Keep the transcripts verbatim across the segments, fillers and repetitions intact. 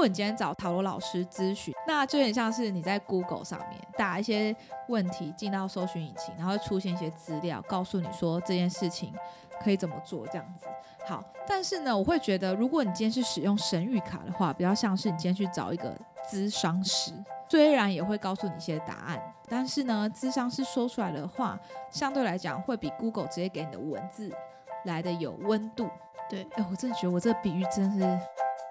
果你今天找塔罗老师咨询，那就有点像是你在 Google 上面打一些问题进到搜寻引擎，然后会出现一些资料告诉你说这件事情可以怎么做这样子。好，但是呢我会觉得如果你今天是使用神谕卡的话，比较像是你今天去找一个咨商师，虽然也会告诉你一些答案，但是呢咨商师说出来的话相对来讲会比 Google 直接给你的文字来的有温度。 对， 哎，我真的觉得我这个比喻真的是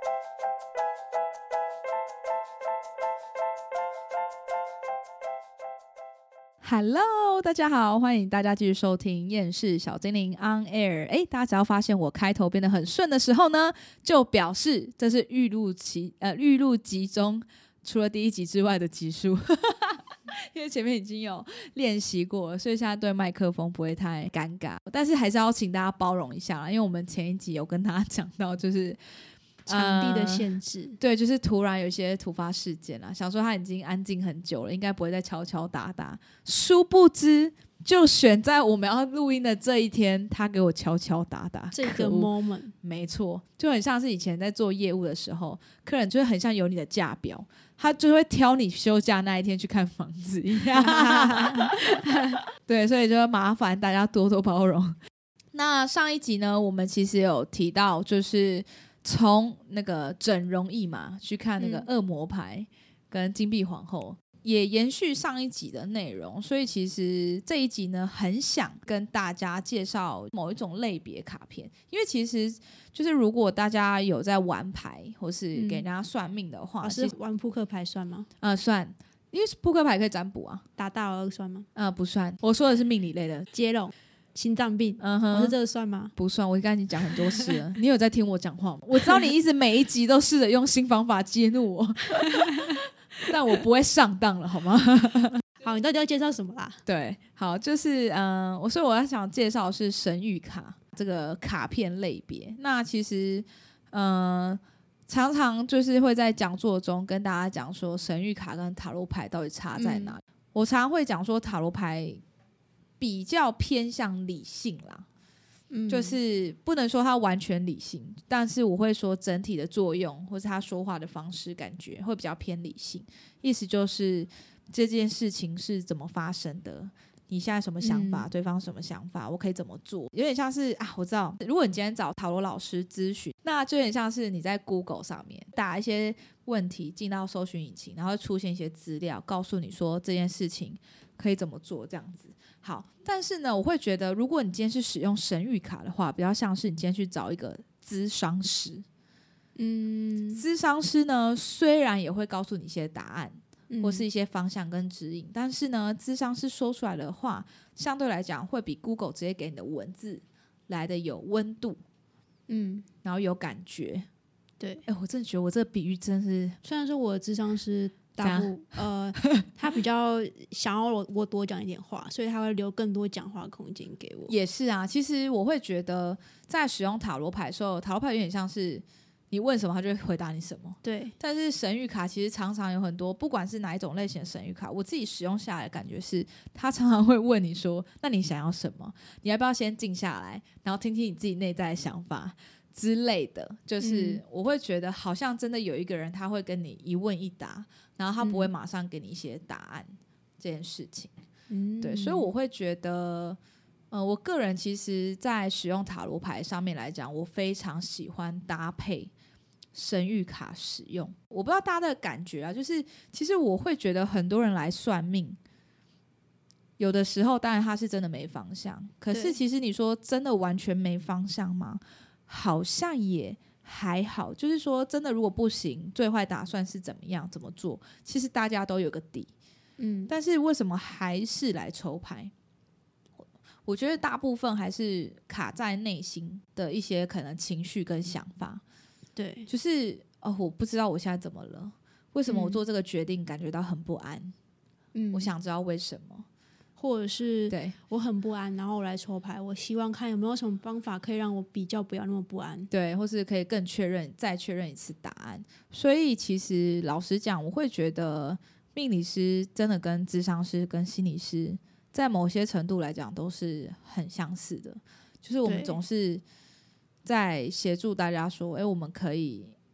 Hello， 大家好，欢迎大家继续收听厌世小精灵 On Air。 哎，大家只要发现我开头变得很顺的时候呢，就表示这是预录期呃预录集中除了第一集之外的集数因为前面已经有练习过了，所以现在对麦克风不会太尴尬，但是还是要请大家包容一下啦，因为我们前一集有跟大家讲到就是场地的限制、 呃、对，就是突然有一些突发事件啦，想说他已经安静很久了，应该不会再敲敲打打，殊不知就选在我们要录音的这一天，他给我敲敲打打这个 moment。 没错，就很像是以前在做业务的时候，客人就会很像有你的价表，他就会挑你休假那一天去看房子一样对，所以就麻烦大家多多包容。那上一集呢我们其实有提到就是从那个整容艺嘛去看那个恶魔牌跟金币皇后、嗯、也延续上一集的内容，所以其实这一集呢很想跟大家介绍某一种类别卡片，因为其实就是如果大家有在玩牌或是给人家算命的话、 嗯、是玩扑克牌算吗？ 呃算，因为扑克牌可以占卜啊。 打大老二算吗？ 呃不算，我说的是命理类的。 接龙心脏病，嗯哼，我是这个算吗？ 不算，我刚才已经讲很多次了你有在听我讲话吗？我知道你一直每一集都试着用新方法激怒我但我不会上当了好吗好，你到底要介绍什么啦？ 对，好，就是嗯、呃，我所以我要想介绍的是神谕卡这个卡片类别。那其实嗯、呃，常常就是会在讲座中跟大家讲说神谕卡跟塔罗牌到底差在哪、嗯、我常常会讲说塔罗牌比较偏向理性啦、嗯、就是不能说它完全理性，但是我会说整体的作用或是他说话的方式感觉会比较偏理性，意思就是这件事情是怎么发生的，你现在什么想法、嗯、对方什么想法，我可以怎么做，有点像是啊，我知道如果你今天找塔罗老师咨询，那就有点像是你在 Google 上面打一些问题进到搜寻引擎，然后会出现一些资料告诉你说这件事情可以怎么做这样子。好，但是呢我会觉得如果你今天是使用神谕卡的话，比较像是你今天去找一个咨商师。嗯，咨商师呢虽然也会告诉你一些答案或是一些方向跟指引、嗯、但是呢咨商师说出来的话相对来讲会比 Google 直接给你的文字来的有温度，嗯，然后有感觉。对，哎，我真的觉得我这个比喻真是， 虽然说我的咨商师大部呃，他比较想要我我多讲一点话，所以他会留更多讲话空间给我。 也是啊，其实我会觉得在使用塔罗牌的时候，塔罗牌有点像是你问什么他就会回答你什么。 对， 但是神谕卡其实常常有很多，不管是哪一种类型的神谕卡，我自己使用下来的感觉是他常常会问你说那你想要什么，你要不要先静下来然后听听你自己内在的想法之类的，就是我会觉得好像真的有一个人他会跟你一问一答，然后他不会马上给你一些答案、嗯、这件事情、嗯、对，所以我会觉得呃，我个人其实在使用塔罗牌上面来讲，我非常喜欢搭配神谕卡使用。我不知道大家的感觉啊，就是其实我会觉得很多人来算命有的时候当然他是真的没方向，可是其实你说真的完全没方向吗？好像也还好，就是说真的如果不行，最坏打算是怎么样怎么做，其实大家都有个底。嗯，但是为什么还是来抽牌？我觉得大部分还是卡在内心的一些可能情绪跟想法。 对， 就是哦，我不知道我现在怎么了，为什么我做这个决定感觉到很不安？嗯，我想知道为什么。 或者是我很不安，然后我来抽牌，我希望看有没有什么方法可以让我比较不要那么不安。 对，或是可以更确认再确认一次答案。所以其实老实讲，我会觉得命理师真的跟咨商师跟心理师在某些程度来讲都是很相似的，就是我们总是在协助大家说，哎，我们可以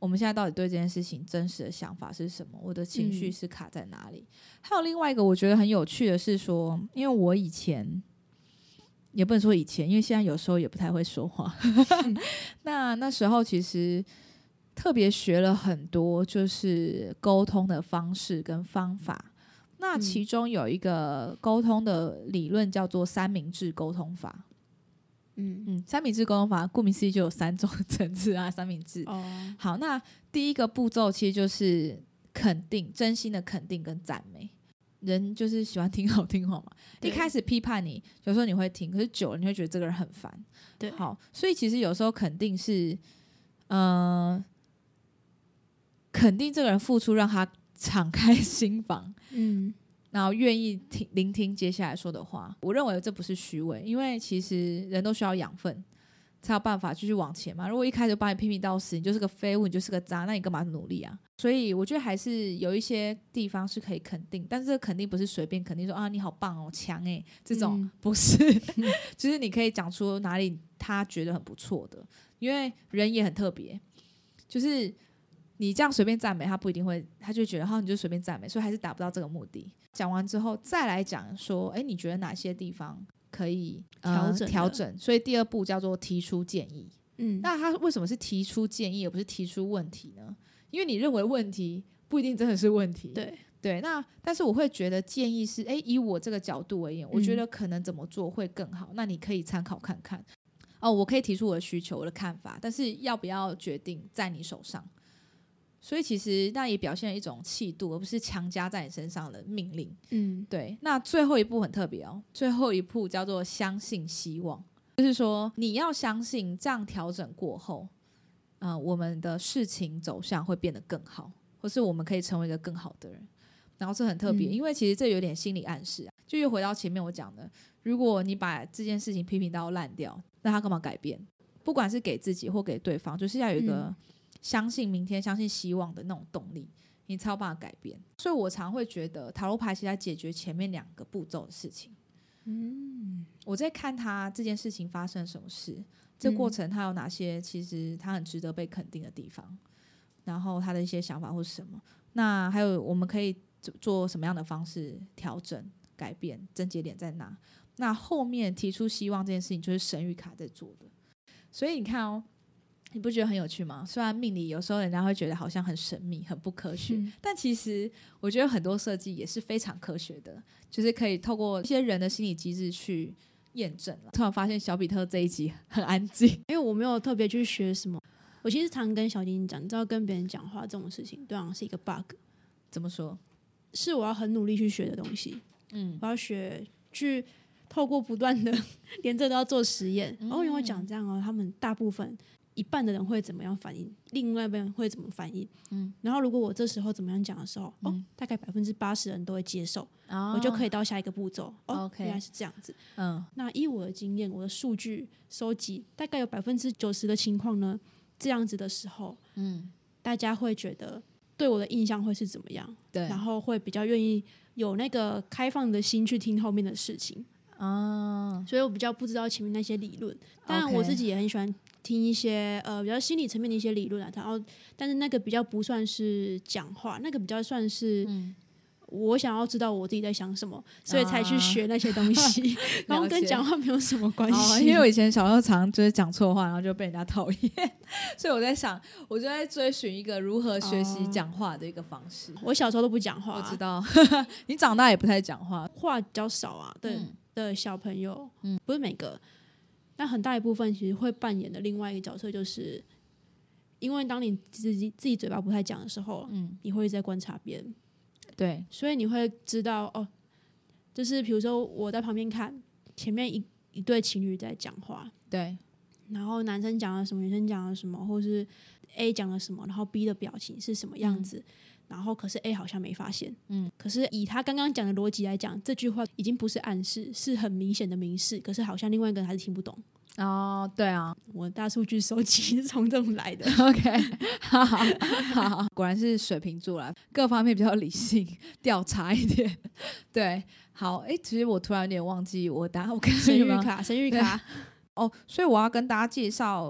我们现在到底对这件事情真实的想法是什么，我的情绪是卡在哪里、嗯、还有另外一个我觉得很有趣的是说，因为我以前也不能说以前，因为现在有时候也不太会说话那那时候其实特别学了很多就是沟通的方式跟方法，那其中有一个沟通的理论叫做三明治沟通法。嗯嗯，三明治沟通法顾名思义就有三种层次啊，三明治、哦、好，那第一个步骤其实就是肯定，真心的肯定跟赞美。人就是喜欢听好听话嘛，一开始批判你有时候你会听，可是久了你会觉得这个人很烦。对，好，所以其实有时候肯定是呃，肯定这个人付出让他敞开心房，嗯，然后愿意听聆听接下来说的话。我认为这不是虚伪，因为其实人都需要养分才有办法继续往前嘛。如果一开始把你批评到死，你就是个废物，你就是个渣，那你干嘛努力啊？所以我觉得还是有一些地方是可以肯定，但是这个肯定不是随便肯定说啊你好棒哦强欸，这种、嗯、不是就是你可以讲出哪里他觉得很不错的，因为人也很特别，就是你这样随便赞美他不一定会，他就觉得好你就随便赞美，所以还是达不到这个目的。讲完之后再来讲说哎，你觉得哪些地方可以调整、呃、调整，所以第二步叫做提出建议。嗯，那他为什么是提出建议而不是提出问题呢？因为你认为问题不一定真的是问题。对对，那但是我会觉得建议是哎，以我这个角度而言、嗯、我觉得可能怎么做会更好，那你可以参考看看。哦，我可以提出我的需求我的看法，但是要不要决定在你手上。所以其实那也表现了一种气度，而不是强加在你身上的命令。嗯，对。那最后一步很特别哦，最后一步叫做相信希望，就是说你要相信这样调整过后呃，我们的事情走向会变得更好，或是我们可以成为一个更好的人。然后这很特别、嗯、因为其实这有点心理暗示、啊、就又回到前面我讲的，如果你把这件事情批评到烂掉，那他干嘛改变？不管是给自己或给对方，就是要有一个相信明天、相信希望的那种动力，你才有办法改变。所以我常会觉得塔罗牌其实在解决前面两个步骤的事情。嗯，我在看他这件事情发生什么事，这过程他有哪些其实他很值得被肯定的地方，然后他的一些想法或是什么，那还有我们可以做什么样的方式调整改变，症结点在哪。那后面提出希望这件事情就是神谕卡在做的。所以你看哦，你不觉得很有趣吗？虽然命理有时候人家会觉得好像很神秘很不科学、嗯、但其实我觉得很多设计也是非常科学的，就是可以透过一些人的心理机制去验证了。突然发现小比特这一集很安静， 因为我没有特别去学什么。我其实常跟小丁讲，你知道跟别人讲话这种事情对我是一个 bug。 怎么说？ 是我要很努力去学的东西。嗯，我要学去透过不断的连这都要做实验。然后因为我讲这样哦，他们大部分一半的人会怎么样反应，另外一半会怎么反应。嗯，然后如果我这时候怎么样讲的时候、嗯、哦，大概百分之八十人都会接受、哦、我就可以到下一个步骤。哦、okay, 原来是这样子。嗯，那依我的经验，我的数据收集，大概有百分之九十的情况呢，这样子的时候，嗯，大家会觉得对我的印象会是怎么样？对，然后会比较愿意有那个开放的心去听后面的事情。哦，所以我比较不知道前面那些理论，当然我自己也很喜欢听一些呃比较心理层面的一些理论啊，然后但是那个比较不算是讲话，那个比较算是我想要知道我自己在想什么，所以才去学那些东西、啊、然后跟讲话没有什么关系、 哦、因为我以前小时候常就是讲错话，然后就被人家讨厌，所以我在想我就在追寻一个如何学习讲话的一个方式、哦、 我小时候都不讲话、啊、 我知道你长大也不太讲话， 话比较少啊。对、嗯的小朋友、嗯、不是每个，但很大一部分其实会扮演的另外一个角色，就是因为当你自己自己嘴巴不太讲的时候、嗯、你会一直在观察别人。对，所以你会知道哦，就是比如说我在旁边看前面一一对情侣在讲话，对，然后男生讲了什么，女生讲了什么，或是 A 讲了什么，然后 B 的表情是什么样子、嗯，然后可是 A 好像没发现。嗯，可是以他刚刚讲的逻辑来讲，这句话已经不是暗示，是很明显的明示，可是好像另外一个人还是听不懂。 哦，对啊， 我大数据收集是从这种来的。 OK， 好好好，果然是水瓶座啦，各方面比较理性，调查一点。对，好，哎，其实我突然有点忘记我答，我看神谕卡，神谕卡。 哦，所以我要跟大家介绍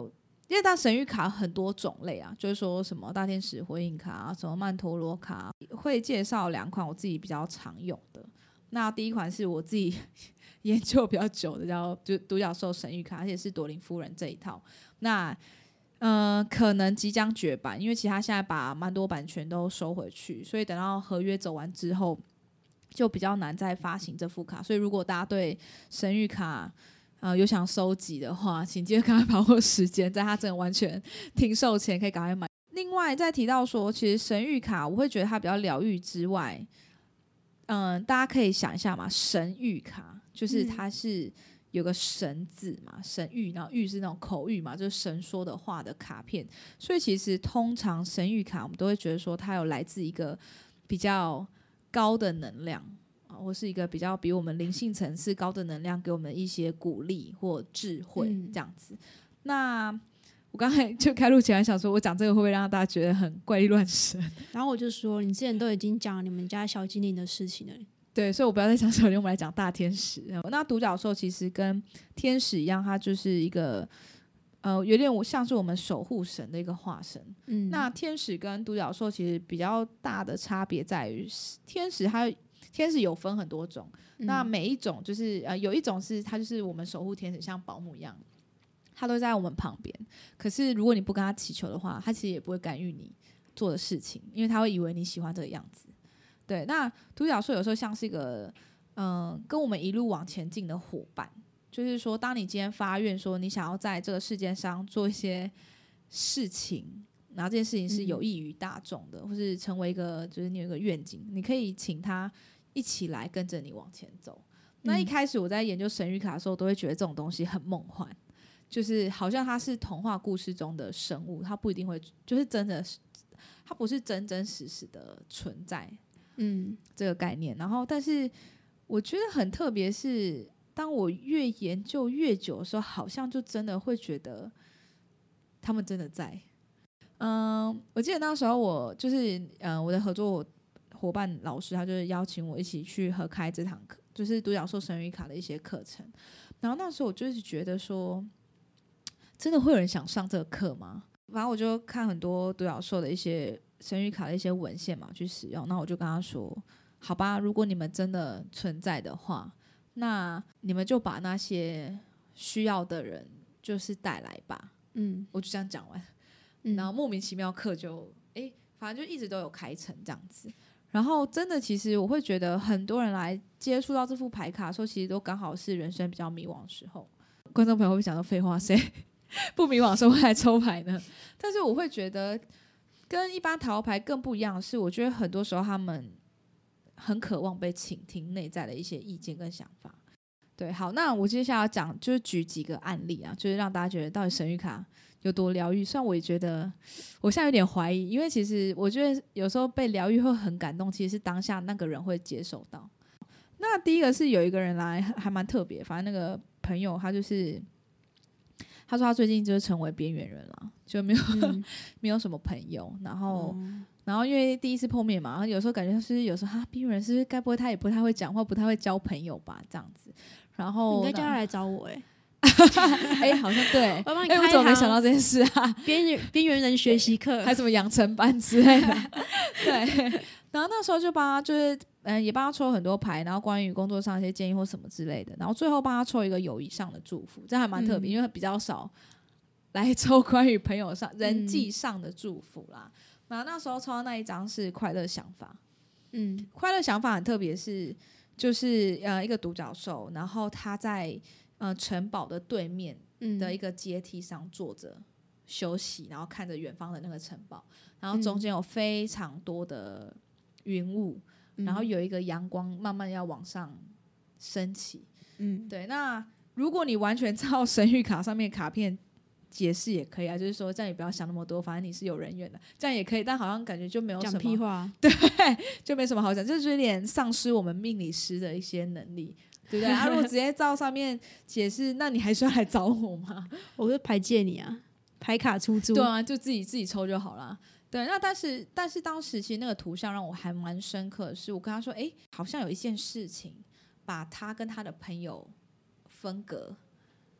因为它神谕卡很多种类啊，就是说什么大天使回应卡、啊、什么曼陀罗卡，会介绍两款我自己比较常用的。那第一款是我自己研究比较久的，叫就独角兽神谕卡，而且是朵琳夫人这一套。那呃，可能即将绝版，因为其他现在把蛮多版权都收回去，所以等到合约走完之后，就比较难再发行这副卡。所以如果大家对神谕卡呃有想收集的话，请记得赶快把握时间，在它真的完全停售前可以赶快买。另外再提到说，其实神谕卡我会觉得它比较疗愈之外，嗯、呃，大家可以想一下嘛，神谕卡就是它是有个神字嘛，神谕，然后谕是那种口语嘛，就是神说的话的卡片。所以其实通常神谕卡我们都会觉得说它有来自一个比较高的能量，或是一个比较比我们灵性层次高的能量给我们一些鼓励或智慧这样子。嗯、那我刚才就开录前还想说，我讲这个会不会让大家觉得很怪力乱神？ 然后我就说，你之前都已经讲了你们家小精灵的事情了。 对，所以我不要再讲小精灵，我们来讲大天使。那独角兽其实跟天使一样，它就是一个呃，有点像是我们守护神的一个化身。嗯，那天使跟独角兽其实比较大的差别在于，天使它天使有分很多种，嗯、那每一种就是呃，有一种是它就是我们守护天使，像保姆一样。他都在我们旁边，可是如果你不跟他祈求的话，他其实也不会干预你做的事情，因为他会以为你喜欢这个样子。对，那独角兽有时候像是一个嗯、呃，跟我们一路往前进的伙伴，就是说当你今天发愿说你想要在这个世界上做一些事情，然后这件事情是有益于大众的、嗯、或是成为一个就是你有一个愿景，你可以请他一起来跟着你往前走。那一开始我在研究神谕卡的时候，都会觉得这种东西很梦幻，就是好像它是童话故事中的生物，它不一定会就是真的，它不是真真实实的存在，嗯，这个概念。然后，但是我觉得很特别是，当我越研究越久的时候，好像就真的会觉得他们真的在。嗯，我记得那时候我就是嗯、呃，我的合作伙伴老师，他就是邀请我一起去合开这堂课，就是独角兽神谕卡的一些课程。然后那时候我就是觉得说，真的会有人想上这个课吗？反正我就看很多独角兽的一些神谕卡的一些文献嘛，去使用。那我就跟他说，好吧，如果你们真的存在的话，那你们就把那些需要的人就是带来吧。嗯，我就这样讲完、嗯、然后莫名其妙课就诶反正就一直都有开成这样子。然后真的其实我会觉得很多人来接触到这副牌卡的时候，其实都刚好是人生比较迷惘的时候。观众朋友会不会讲到废话，谁不迷惘的时候会来抽牌呢？但是我会觉得跟一般塔罗牌更不一样的是，我觉得很多时候他们很渴望被倾听内在的一些意见跟想法。对，好，那我接下来要讲就是举几个案例啊，就是让大家觉得到底神谕卡有多疗愈。虽然我也觉得我现在有点怀疑，因为其实我觉得有时候被疗愈会很感动，其实是当下那个人会接受到。那第一个是有一个人来还蛮特别，反正那个朋友他就是他说他最近就是成为边缘人了，就没有、嗯、没有什么朋友，然后、嗯、然后因为第一次碰面嘛，然后有时候感觉是有时候他边缘人是该不会他也不太会讲话，不太会交朋友吧这样子。然后你应该叫他来找我哎、 欸，哎、欸，好像对，哎、欸，我怎么没想到这件事啊？ 边缘边缘人学习课， 还什么养成班之类的，对。然后那时候就帮他，就是嗯，也帮他抽很多牌，然后关于工作上一些建议或什么之类的。然后最后帮他抽一个友谊上的祝福，这还蛮特别、嗯，因为比较少来抽关于朋友上、人际上的祝福啦。嗯、然后那时候抽到那一张是快乐想法，嗯，快乐想法很特别，是就是呃一个独角兽，然后他在呃城堡的对面的一个阶梯上坐着休息，然后看着远方的那个城堡，然后中间有非常多的云雾、嗯、然后有一个阳光慢慢要往上升起。嗯，对。那如果你完全照神谕卡上面卡片解释也可以啊，就是说这样也不要想那么多，反正你是有人缘的，这样也可以。但好像感觉就没有什么讲屁话， 对，就没什么好讲，就是有点丧失我们命理师的一些能力，对不对？啊，如果直接照上面解释，那你还需要来找我吗？ 我会牌借你啊，牌卡出租。 对啊，就自己自己抽就好了。对，那但是但是当时其实那个图像让我还蛮深刻的是，我跟他说，哎，好像有一件事情把他跟他的朋友分隔，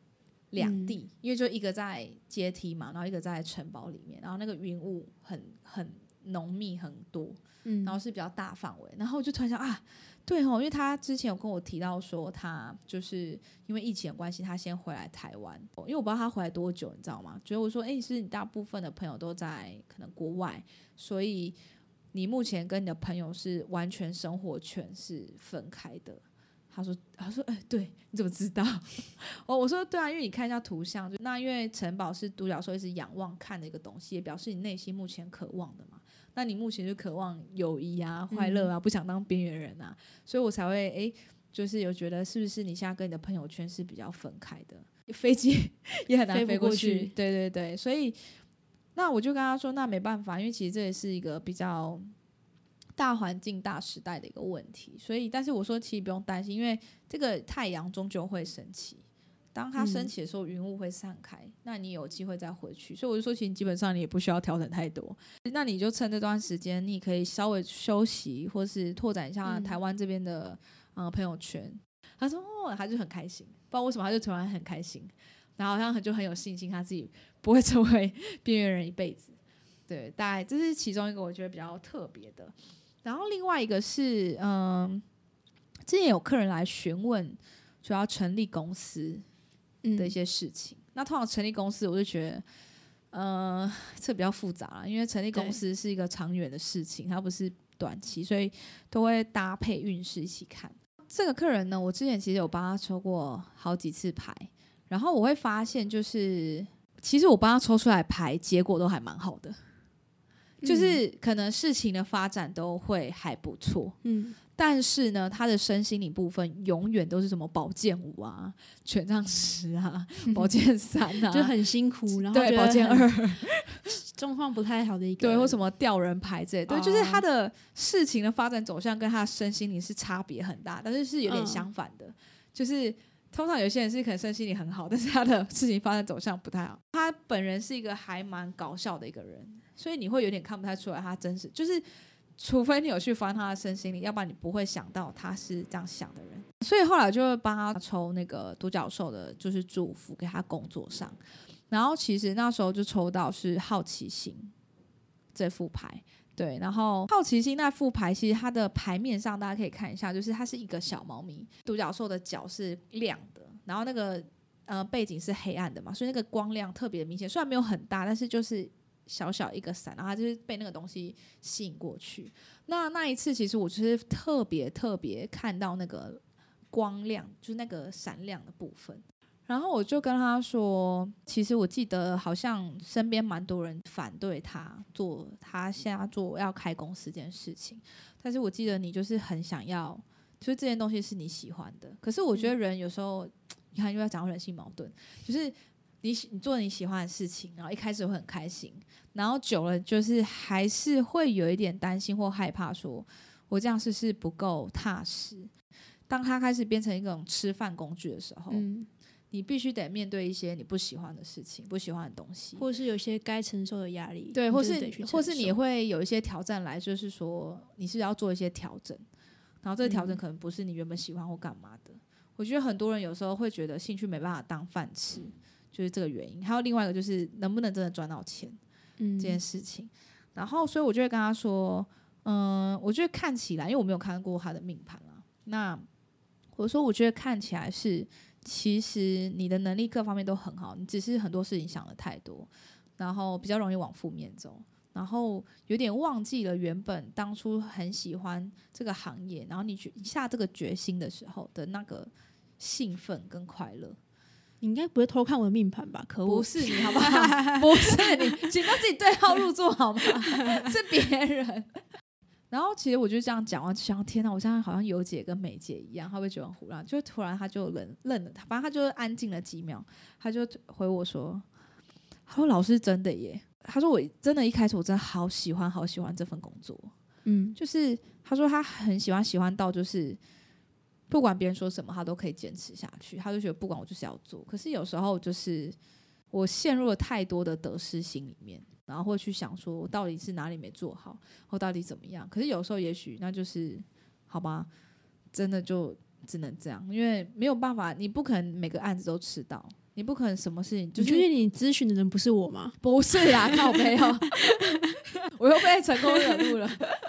两地、嗯、因为就一个在阶梯嘛，然后一个在城堡里面，然后那个云雾很很浓密很多、嗯、然后是比较大范围，然后我就突然想啊，对哦，因为他之前有跟我提到说他就是因为疫情的关系他先回来台湾，因为我不知道他回来多久你知道吗，觉得我说哎，是你大部分的朋友都在可能国外，所以你目前跟你的朋友是完全生活圈是分开的。他说他说哎、欸，对，你怎么知道？哦，我说对啊，因为你看一下图像，就那因为城堡是独角兽一直仰望看的一个东西，也表示你内心目前渴望的嘛。那你目前就渴望友谊啊、快乐啊、嗯，不想当边缘人啊，所以我才会哎、欸，就是有觉得是不是你现在跟你的朋友圈是比较分开的，飞机也很难飞过去，飞对对对，所以那我就跟他说，那没办法，因为其实这也是一个比较大环境大时代的一个问题，所以但是我说其实不用担心，因为这个太阳终究会升起，当它升起的时候云雾会散开、嗯、那你有机会再回去，所以我就说其实基本上你也不需要调整太多，那你就趁这段时间你可以稍微休息或是拓展一下台湾这边的、嗯呃、朋友圈。他说哦，他就很开心，不知道为什么他就突然很开心，然后好像就很有信心他自己不会成为边缘人一辈子。对，大概这是其中一个我觉得比较特别的。然后另外一个是嗯，之前有客人来询问就要成立公司的一些事情、嗯、那通常成立公司我就觉得呃，这比较复杂，因为成立公司是一个长远的事情，它不是短期，所以都会搭配运势一起看。这个客人呢，我之前其实有帮他抽过好几次牌，然后我会发现就是其实我帮他抽出来牌结果都还蛮好的，就是可能事情的发展都会还不错，嗯，但是呢他的身心灵部分永远都是什么宝剑五啊、权杖十啊、宝剑三啊， 就很辛苦，然后对宝剑二状况不太好的一个， 对，或什么吊人牌之类，对、哦，就是他的事情的发展走向跟他的身心灵是差别很大，但是是有点相反的、嗯、就是通常有些人是可能身心灵很好，但是他的事情发展走向不太好。他本人是一个还蛮搞笑的一个人，所以你会有点看不太出来他真实，就是除非你有去翻他的身心灵，要不然你不会想到他是这样想的人。所以后来就会帮他抽那个独角兽的就是祝福给他工作上，然后其实那时候就抽到是好奇心这副牌，对，然后好奇心那副牌其实它的牌面上大家可以看一下，就是它是一个小猫咪，独角兽的脚是亮的，然后那个呃背景是黑暗的嘛，所以那个光亮特别明显，虽然没有很大，但是就是小小一个伞，然后它就是被那个东西吸引过去。那那一次其实我就是特别特别看到那个光亮，就是那个闪亮的部分，然后我就跟他说其实我记得好像身边蛮多人反对他做他现在做要开公司这件事情，但是我记得你就是很想要，就是这件东西是你喜欢的。可是我觉得人有时候、嗯、你看又要讲到人性矛盾，就是你你做你喜欢的事情，然后一开始会很开心，然后久了就是还是会有一点担心或害怕，说我这样是不是不够踏实。当他开始变成一种吃饭工具的时候、嗯，你必须得面对一些你不喜欢的事情、不喜欢的东西， 或是有些该承受的压力， 对，或是或是你会有一些挑战来，就是说你是要做一些调整，然后这个调整可能不是你原本喜欢或干嘛的、嗯。我觉得很多人有时候会觉得兴趣没办法当饭吃，就是这个原因。还有另外一个就是能不能真的赚到钱、嗯、这件事情。然后所以我就会跟他说，嗯，我觉得看起来，因为我没有看过他的命盘啦，那我说我觉得看起来是其实你的能力各方面都很好，你只是很多事情想得太多，然后比较容易往负面走，然后有点忘记了原本当初很喜欢这个行业，然后你下这个决心的时候的那个兴奋跟快乐。 你应该不会偷看我的命盘吧？可恶， 不是你好不好？不是你，请到自己对号入座好吗？是别人。然后其实我就这样讲，我就想天哪，我现在好像尤姐跟美姐一样，她会觉得很胡乱，就突然她就愣愣了，反正她就安静了几秒，她就回我说：“她说老师真的耶，她说我真的一开始我真的好喜欢好喜欢这份工作，嗯，就是她说她很喜欢喜欢到就是不管别人说什么她都可以坚持下去，她就觉得不管我就是要做，可是有时候就是我陷入了太多的得失心里面。”然后会去想说我到底是哪里没做好，或到底怎么样，可是有时候也许那就是好吧，真的就只能这样，因为没有办法，你不可能每个案子都吃到， 你不可能什么事情就是因为你咨询的人不是我吗？ 不是啦，靠背哦，我又被成功惹怒了。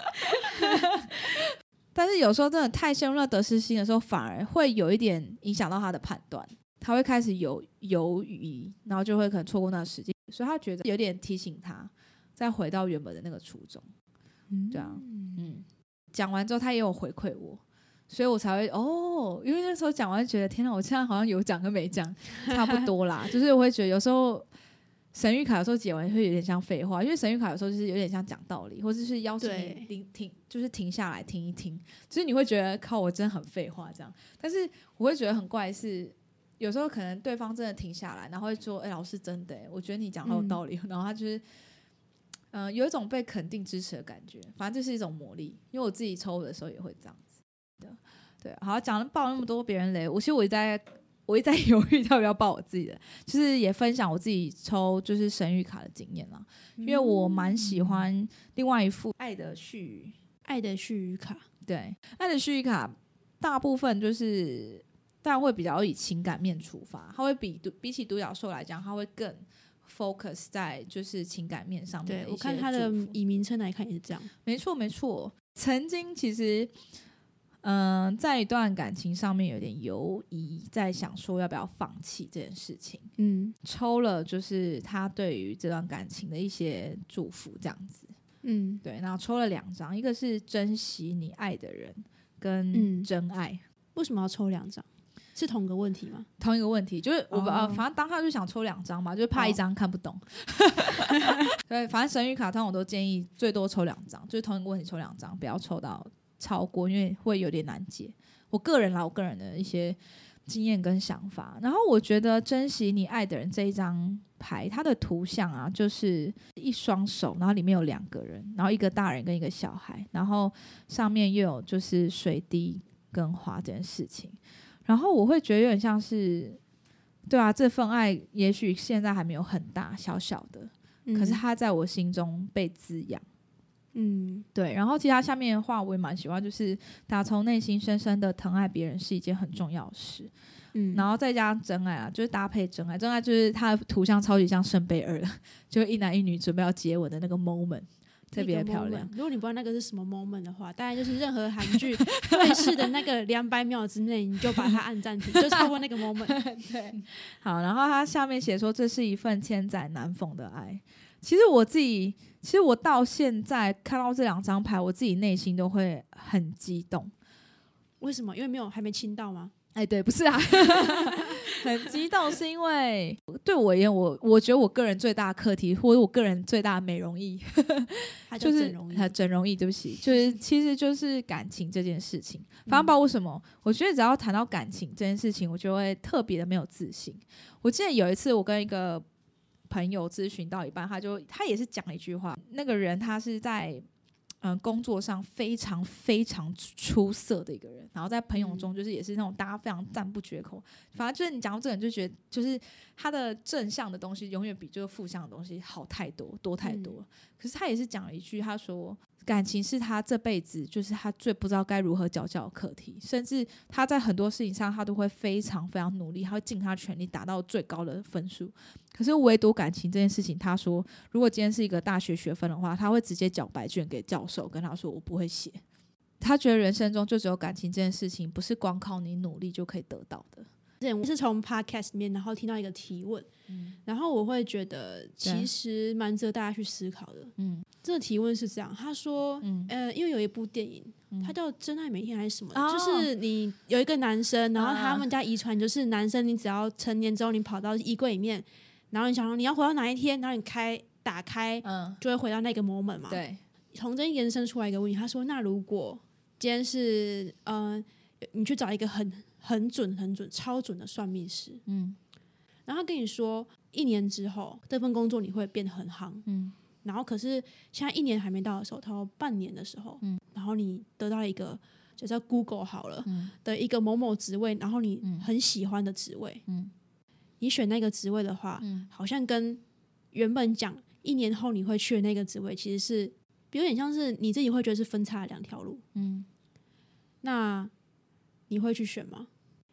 但是有时候真的太陷入那得失心的时候，反而会有一点影响到他的判断，他会开始犹犹豫，然后就会可能错过那个时间，所以他觉得有点提醒他再回到原本的那个初衷。嗯，对啊，嗯，讲完之后他也有回馈我，所以我才会哦，因为那时候讲完觉得天哪，我现在好像有讲跟没讲差不多啦。就是我会觉得有时候神谕卡有时候解完会有点像废话，因为神谕卡有时候就是有点像讲道理，或者是邀请你停停，就是停下来听一听，就是你会觉得靠我真的很废话这样。但是我会觉得很怪是，有时候可能对方真的停下来，然后会说：“哎、欸，老师真的、欸，我觉得你讲好有道理。嗯”然后他就是。嗯、呃，有一种被肯定支持的感觉，反正这是一种魔力，因为我自己抽的时候也会这样子的。对，好，讲了爆那么多别人雷，我其实我一直在我一直在犹豫要不要爆我自己的，就是也分享我自己抽就是神谕卡的经验啦，因为我蛮喜欢另外一副爱的絮语， 爱的絮语卡。 对，爱的絮语卡大部分就是当然会比较以情感面出发，它会比比起独角兽来讲，它会更focus 在就是情感面上面的一些。 对，我看他的以名称来看也是这样。 没错没错，曾经其实嗯、呃，在一段感情上面有点犹疑，在想说要不要放弃这件事情。嗯，抽了就是他对于这段感情的一些祝福这样子。嗯，对，然后抽了两张，一个是珍惜你爱的人跟真爱。嗯、 为什么要抽两张？是同个问题吗？ 同一个问题，就是我、oh. 反正当下就想抽两张嘛，就怕一张看不懂。Oh. 对，反正神谕卡通我都建议最多抽两张，就是同一个问题抽两张，不要抽到超过，因为会有点难解。我个人啦，我个人的一些经验跟想法。然后我觉得珍惜你爱的人这一张牌，它的图像啊，就是一双手，然后里面有两个人，然后一个大人跟一个小孩，然后上面又有就是水滴跟花这件事情。然后我会觉得有点像是，对啊，这份爱也许现在还没有很大，小小的，嗯、可是它在我心中被滋养。嗯，对。然后其他下面的话我也蛮喜欢，就是打从内心深深的疼爱别人是一件很重要的事。嗯，然后再加上真爱啊，就是搭配真爱，真爱就是它的图像超级像圣杯二，就是一男一女准备要接吻的那个 moment。特别漂亮。 如果你不知道那个是什么 moment 的话，大概就是任何韩剧对视的那个两百秒之内，你就把它按暂停，就超过那个 moment。 对，好，然后它下面写说这是一份千载难逢的爱。其实我自己，其实我到现在看到这两张牌，我自己内心都会很激动。 为什么？因为没有还没亲到吗？ 哎，对，不是啊，很激动是因为对我而言，我我觉得我个人最大的课题，或者我个人最大的美容液，就是整容液，对不起，就是其实就是感情这件事情。反正不知道为什么，我觉得只要谈到感情这件事情，我就会特别的没有自信。我记得有一次我跟一个朋友咨询到一半，他就他也是讲了一句话，那个人他是在。嗯，工作上非常非常出色的一个人，然后在朋友中就是也是那种大家非常赞不绝口。反正就是你讲到这个人就觉得，就是他的正向的东西永远比这个负向的东西好太多，多太多。嗯、可是他也是讲了一句，他说感情是他这辈子就是他最不知道该如何缴交的课题，甚至他在很多事情上他都会非常非常努力，他会尽他全力达到最高的分数。可是唯独感情这件事情，他说如果今天是一个大学学分的话，他会直接缴白卷给教授，跟他说我不会写。他觉得人生中就只有感情这件事情不是光靠你努力就可以得到的。 我是从 podcast 里面然后听到一个提问、嗯、然后我会觉得其实蛮值得大家去思考的。嗯，这个提问是这样，他说、嗯、呃，因为有一部电影、嗯、它叫真爱每天还是什么、哦、就是你有一个男生，然后他们家遗传就是男生你只要成年之后你跑到衣柜里面，然后你想说你要回到哪一天，然后你开打开、嗯、就会回到那个 moment 嘛。对，从这延伸出来一个问题，他说那如果今天是呃，你去找一个很很准很准超准的算命师，嗯，然后他跟你说一年之后这份工作你会变得很夯，嗯，然后可是现在一年还没到的时候，他说半年的时候，嗯，然后你得到一个就叫 Google 好了、嗯、的一个某某职位，然后你很喜欢的职位，嗯，你选那个职位的话、嗯、好像跟原本讲一年后你会去的那个职位其实是有点像是你自己会觉得是分叉的两条路，嗯，那你会去选吗？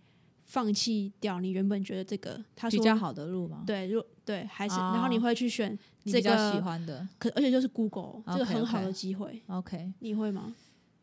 放弃掉你原本觉得这个他说比较好的路吗？ 对，对，还是、 哦、 然后你会去选这个你比较喜欢的， 可而且就是 Google、 okay, 这个很好的机会。 OK， 你会吗？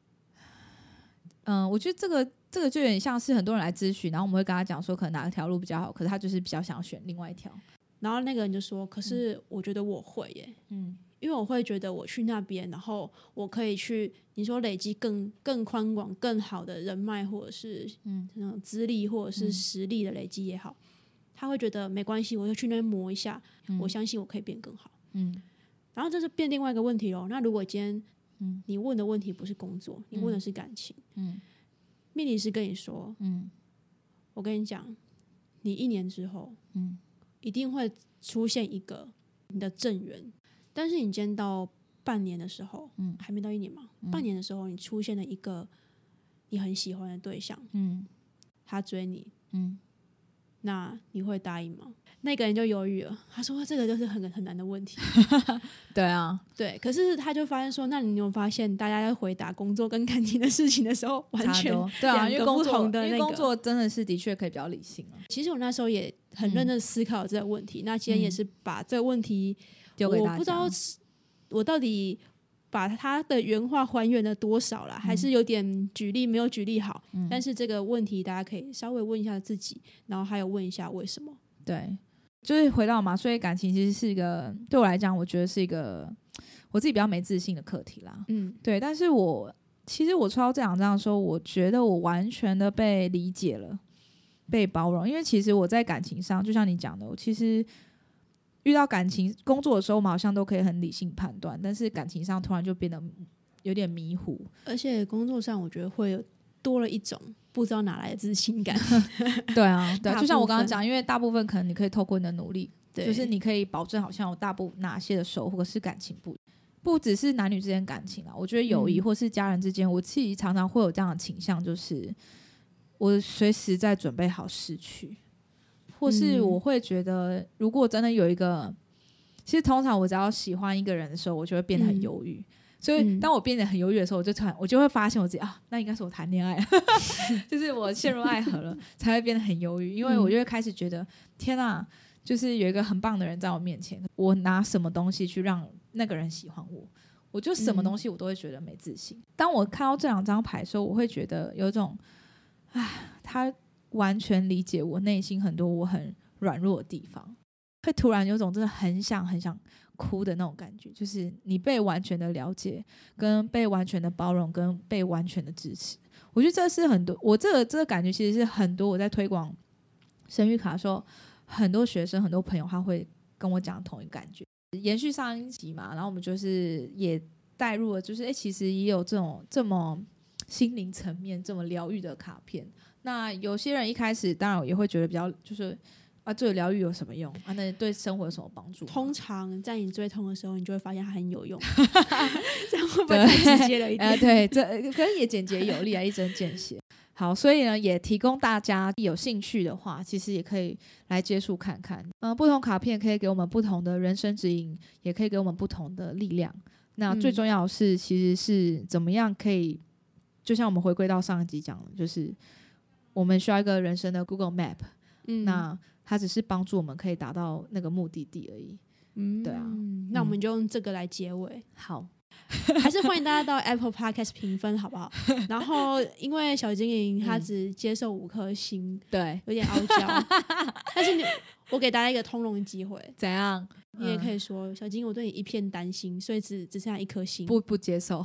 嗯，我觉得这个这个就有点像是很多人来咨询，然后我们会跟他讲说可能哪一条路比较好，可是他就是比较想选另外一条。 然后那个人就说：“可是我觉得我会耶，嗯，因为我会觉得我去那边，然后我可以去你说累积更更宽广、更好的人脉，或者是嗯那种资历或者是实力的累积也好，嗯、他会觉得没关系，我就去那边磨一下、嗯，我相信我可以变更好。嗯，然后这是变另外一个问题咯。那如果今天嗯你问的问题不是工作，你问的是感情，嗯，命理师跟你说，嗯，我跟你讲，你一年之后，嗯。”一定会出现一个你的正缘，但是你今天到半年的时候，嗯，还没到一年嘛、嗯，半年的时候你出现了一个你很喜欢的对象，嗯，他追你，嗯，那你会答应吗？那个人就犹豫了，他说这个就是很很难的问题。 对啊， 对，可是他就发现说，那你有发现大家在回答工作跟感情的事情的时候，完全对啊，因为工作、 那个、 因为工作真的是的确可以比较理性、啊、 其实我那时候也很认真思考这个问题、嗯、那今天也是把这个问题丢给大家，我不知道我到底把他的原话还原了多少啦、嗯、还是有点举例没有举例好、嗯、但是这个问题大家可以稍微问一下自己，然后还有问一下为什么。 对，就是回到嘛，所以感情其实是一个对我来讲我觉得是一个我自己比较没自信的课题啦。嗯，对，但是我其实我抽到这两张的时候，我觉得我完全的被理解了，被包容。因为其实我在感情上就像你讲的，我其实遇到感情工作的时候我们好像都可以很理性判断，但是感情上突然就变得有点迷糊， 而且工作上我觉得会有多了一种不知道哪来的自信感。 对啊，对啊，就像我刚刚讲，因为大部分可能你可以透过你的努力，就是你可以保证好像有大部哪些的收获是感情不不只是男女之间感情啊，我觉得友谊或是家人之间、嗯、我自己常常会有这样的倾向，就是我随时在准备好失去，或是我会觉得如果真的有一个，其实通常我只要喜欢一个人的时候我就会变得很犹豫、嗯，所以当我变得很犹豫的时候，我就突然我就会发现我自己啊，那应该是我谈恋爱就是我陷入爱河了才会变得很犹豫，因为我就会开始觉得、嗯、天啊，就是有一个很棒的人在我面前，我拿什么东西去让那个人喜欢我，我就什么东西我都会觉得没自信、嗯、当我看到这两张牌的时候，我会觉得有一种唉，他完全理解我内心很多我很软弱的地方，会突然有种真的很想很想哭的那种感觉，就是你被完全的了解跟被完全的包容跟被完全的支持。我觉得这是很多我这个这个感觉其实是很多我在推广生育卡的时候，很多学生很多朋友他会跟我讲同一个感觉。延续上一集嘛，然后我们就是也带入了就是、欸、其实也有这种这么心灵层面这么疗愈的卡片。那有些人一开始当然也会觉得比较就是啊，这个疗愈有什么用啊？那对生活有什么帮助？ 通常在你最痛的时候，你就会发现它很有用。这样会不会太直接了一点？ 呃、对，这可能也简洁有力啊，一针见血。好，所以呢，也提供大家有兴趣的话，其实也可以来接触看看。嗯、呃，不同卡片可以给我们不同的人生指引，也可以给我们不同的力量。那最重要的是，其实是怎么样可以，就像我们回归到上一集讲的，就是我们需要一个人生的 Google Map。嗯，那它只是帮助我们可以达到那个目的地而已。嗯，对啊， 那我们就用这个来结尾。 好。 还是欢迎大家到 Apple Podcast 评分好不好？然后因为小精灵他只接受五颗星， 对， 有点傲娇。但是你我给大家一个通融的机会， 怎样？ 你也可以说、嗯、小精灵我对你一片担心，所以只只剩下一颗星， 不不接受。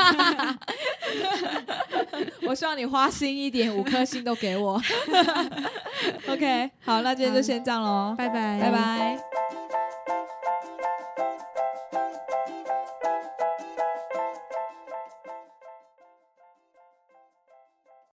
我希望你花心一点，五颗星都给我。OK， 好，那今天就先这样咯， 拜拜， 拜拜。